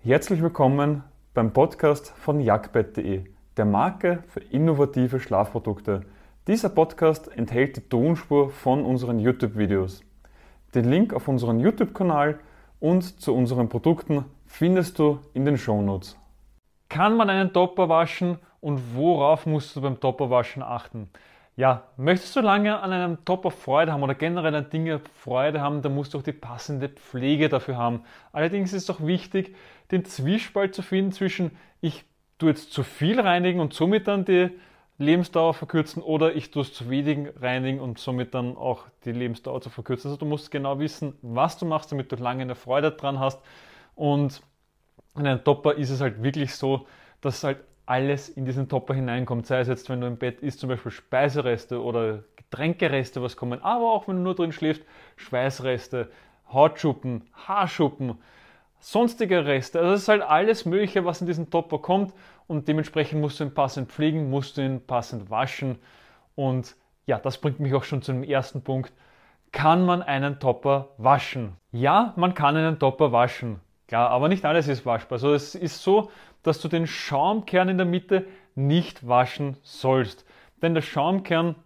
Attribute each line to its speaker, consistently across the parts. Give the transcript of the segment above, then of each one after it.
Speaker 1: Herzlich willkommen beim Podcast von jagdbett.de, der Marke für innovative Schlafprodukte. Dieser Podcast enthält die Tonspur von unseren YouTube-Videos. Den Link auf unseren YouTube-Kanal und zu unseren Produkten findest du in den Shownotes. Kann man einen Topper waschen und worauf musst du beim Topperwaschen achten? Ja, möchtest du lange an einem Topper Freude haben oder generell an Dingen Freude haben, dann musst du auch die passende Pflege dafür haben. Allerdings ist es auch wichtig, den Zwiespalt zu finden zwischen ich tue jetzt zu viel reinigen und somit dann die Lebensdauer verkürzen oder ich tue es zu wenig reinigen und somit dann auch die Lebensdauer zu verkürzen. Also du musst genau wissen, was du machst, damit du lange eine Freude dran hast. Und in einem Topper ist es halt wirklich so, dass halt alles in diesen Topper hineinkommt. Sei es jetzt, wenn du im Bett isst, zum Beispiel Speisereste oder Getränkereste, was kommen, aber auch wenn du nur drin schläfst, Schweißreste, Hautschuppen, Haarschuppen, sonstige Reste. Also es ist halt alles Mögliche, was in diesen Topper kommt und dementsprechend musst du ihn passend pflegen, musst du ihn passend waschen. Und ja, das bringt mich auch schon zu dem ersten Punkt. Kann man einen Topper waschen? Ja, man kann einen Topper waschen. Klar, aber nicht alles ist waschbar. Also es ist so, dass du den Schaumkern in der Mitte nicht waschen sollst. Denn der Schaumkern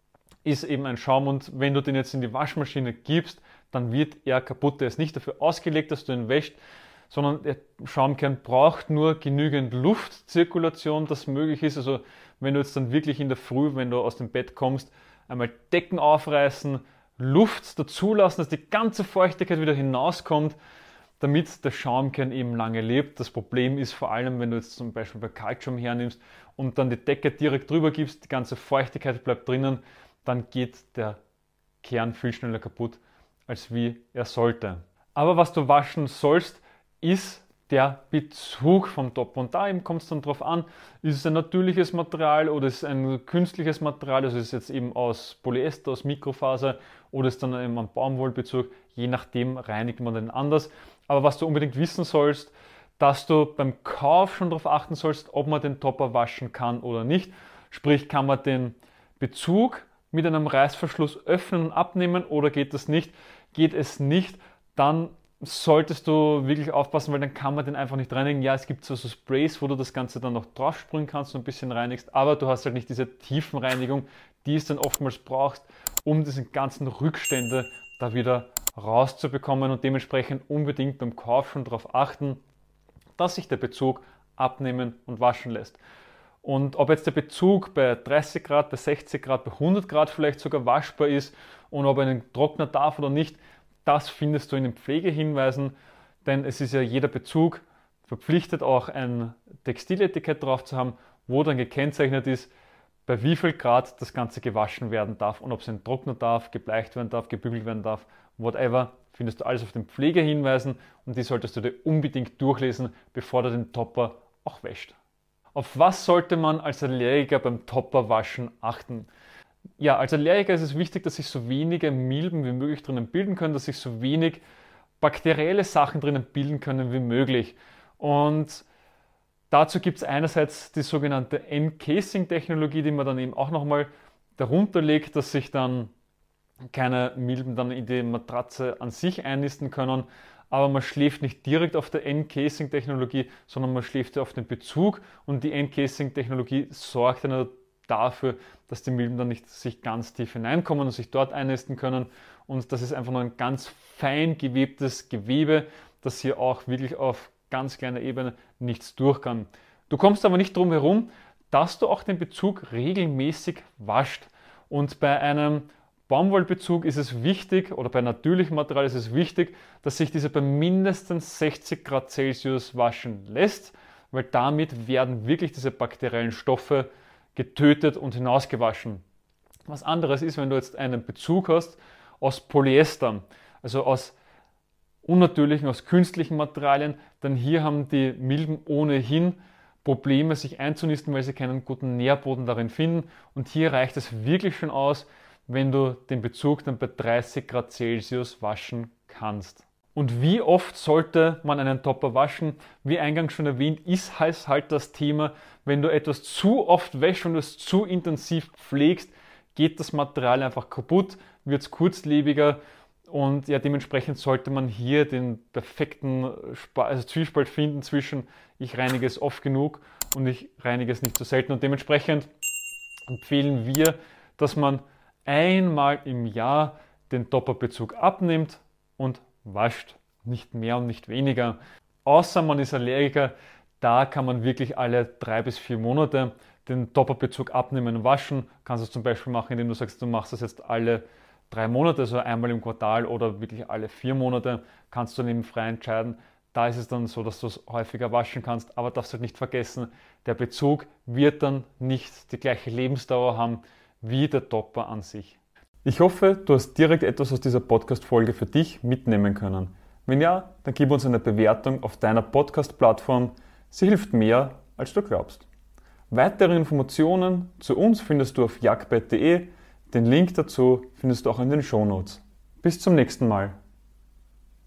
Speaker 1: ist eben ein Schaum und wenn du den jetzt in die Waschmaschine gibst, dann wird er kaputt. Der ist nicht dafür ausgelegt, dass du ihn wäschst, sondern der Schaumkern braucht nur genügend Luftzirkulation, dass möglich ist. Also wenn du jetzt dann wirklich in der Früh, wenn du aus dem Bett kommst, einmal Decken aufreißen, Luft dazulassen, dass die ganze Feuchtigkeit wieder hinauskommt, damit der Schaumkern eben lange lebt. Das Problem ist vor allem, wenn du jetzt zum Beispiel bei Kaltschaum hernimmst und dann die Decke direkt drüber gibst, die ganze Feuchtigkeit bleibt drinnen, dann geht der Kern viel schneller kaputt, als wie er sollte. Aber was du waschen sollst, ist der Bezug vom Topper. Und da eben kommt es dann darauf an, ist es ein natürliches Material oder ist es ein künstliches Material, also ist es jetzt eben aus Polyester, aus Mikrofaser oder ist es dann eben ein Baumwollbezug, je nachdem reinigt man den anders. Aber was du unbedingt wissen sollst, dass du beim Kauf schon darauf achten sollst, ob man den Topper waschen kann oder nicht. Sprich, kann man den Bezug mit einem Reißverschluss öffnen und abnehmen oder geht das nicht? Geht es nicht, dann solltest du wirklich aufpassen, weil dann kann man den einfach nicht reinigen. Ja, es gibt so Sprays, wo du das Ganze dann noch drauf sprühen kannst und ein bisschen reinigst, aber du hast halt nicht diese Tiefenreinigung, die es dann oftmals brauchst, um diese ganzen Rückstände da wieder rauszubekommen und dementsprechend unbedingt beim Kauf schon darauf achten, dass sich der Bezug abnehmen und waschen lässt. Und ob jetzt der Bezug bei 30 Grad, bei 60 Grad, bei 100 Grad vielleicht sogar waschbar ist und ob er einen Trockner darf oder nicht, das findest du in den Pflegehinweisen, denn es ist ja jeder Bezug verpflichtet, auch ein Textiletikett drauf zu haben, wo dann gekennzeichnet ist, bei wie viel Grad das Ganze gewaschen werden darf und ob es in den Trockner darf, gebleicht werden darf, gebügelt werden darf, whatever, findest du alles auf den Pflegehinweisen und die solltest du dir unbedingt durchlesen, bevor du den Topper auch wäscht. Auf was sollte man als Allergiker beim Topperwaschen achten? Ja, als Allergiker ist es wichtig, dass sich so wenige Milben wie möglich drinnen bilden können, dass sich so wenig bakterielle Sachen drinnen bilden können wie möglich. Und dazu gibt es einerseits die sogenannte Encasing-Technologie, die man dann eben auch nochmal darunter legt, dass sich dann keine Milben dann in die Matratze an sich einnisten können. Aber man schläft nicht direkt auf der Encasing-Technologie, sondern man schläft auf den Bezug und die Encasing-Technologie sorgt dann dafür, dass die Milben dann nicht sich ganz tief hineinkommen und sich dort einnisten können. Und das ist einfach nur ein ganz fein gewebtes Gewebe, das hier auch wirklich auf ganz kleiner Ebene nichts durch kann. Du kommst aber nicht drum herum, dass du auch den Bezug regelmäßig wascht. Und bei einem Baumwollbezug ist es wichtig, oder bei natürlichem Material ist es wichtig, dass sich dieser bei mindestens 60 Grad Celsius waschen lässt, weil damit werden wirklich diese bakteriellen Stoffe getötet und hinausgewaschen. Was anderes ist, wenn du jetzt einen Bezug hast aus Polyester, also aus unnatürlichen, aus künstlichen Materialien, dann hier haben die Milben ohnehin Probleme, sich einzunisten, weil sie keinen guten Nährboden darin finden. Und hier reicht es wirklich schon aus, wenn du den Bezug dann bei 30 Grad Celsius waschen kannst. Und wie oft sollte man einen Topper waschen? Wie eingangs schon erwähnt, ist halt das Thema, wenn du etwas zu oft wäschst und es zu intensiv pflegst, geht das Material einfach kaputt, wird es kurzlebiger Und ja, dementsprechend sollte man hier den perfekten Zwiespalt finden zwischen ich reinige es oft genug und ich reinige es nicht so selten. Und dementsprechend empfehlen wir, dass man einmal im Jahr den Topperbezug abnimmt und wascht. Nicht mehr und nicht weniger. Außer man ist Allergiker, da kann man wirklich alle 3 bis 4 Monate den Topperbezug abnehmen und waschen. Kannst du es zum Beispiel machen, indem du sagst, du machst das jetzt alle 3 Monate, also einmal im Quartal oder wirklich alle 4 Monate, kannst du dann eben frei entscheiden. Da ist es dann so, dass du es häufiger waschen kannst, aber darfst halt nicht vergessen, der Bezug wird dann nicht die gleiche Lebensdauer haben wie der Topper an sich. Ich hoffe, du hast direkt etwas aus dieser Podcast-Folge für dich mitnehmen können. Wenn ja, dann gib uns eine Bewertung auf deiner Podcast-Plattform. Sie hilft mehr, als du glaubst. Weitere Informationen zu uns findest du auf jagdbett.de. Den Link dazu findest du auch in den Shownotes. Bis zum nächsten Mal.